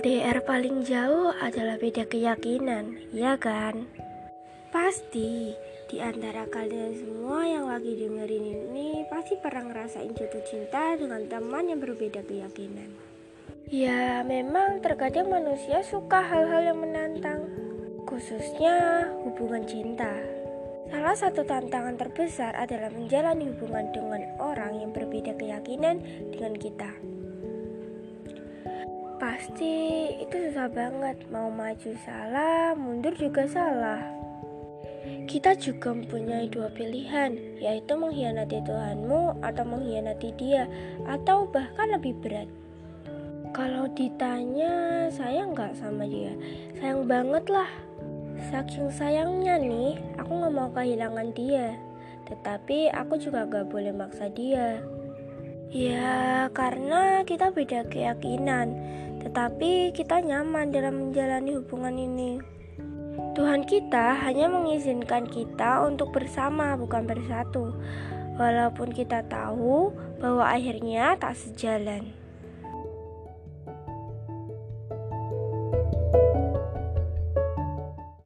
LDR paling jauh adalah beda keyakinan, ya kan? Pasti di antara kalian semua yang lagi dengerin ini pasti pernah ngerasain jatuh cinta dengan teman yang berbeda keyakinan. Ya, memang terkadang manusia suka hal-hal yang menantang, khususnya hubungan cinta. Salah satu tantangan terbesar adalah menjalani hubungan dengan orang yang berbeda keyakinan dengan kita. Pasti itu susah banget, mau maju salah, mundur juga salah. Kita juga mempunyai dua pilihan, yaitu mengkhianati Tuhanmu atau mengkhianati dia, atau bahkan lebih berat. Kalau ditanya sayang gak sama dia, sayang banget lah. Saking sayangnya nih, aku gak mau kehilangan dia. Tetapi aku juga gak boleh maksa dia. Ya, karena kita beda keyakinan, tetapi kita nyaman dalam menjalani hubungan ini. Tuhan kita hanya mengizinkan kita untuk bersama, bukan bersatu. Walaupun kita tahu bahwa akhirnya tak sejalan.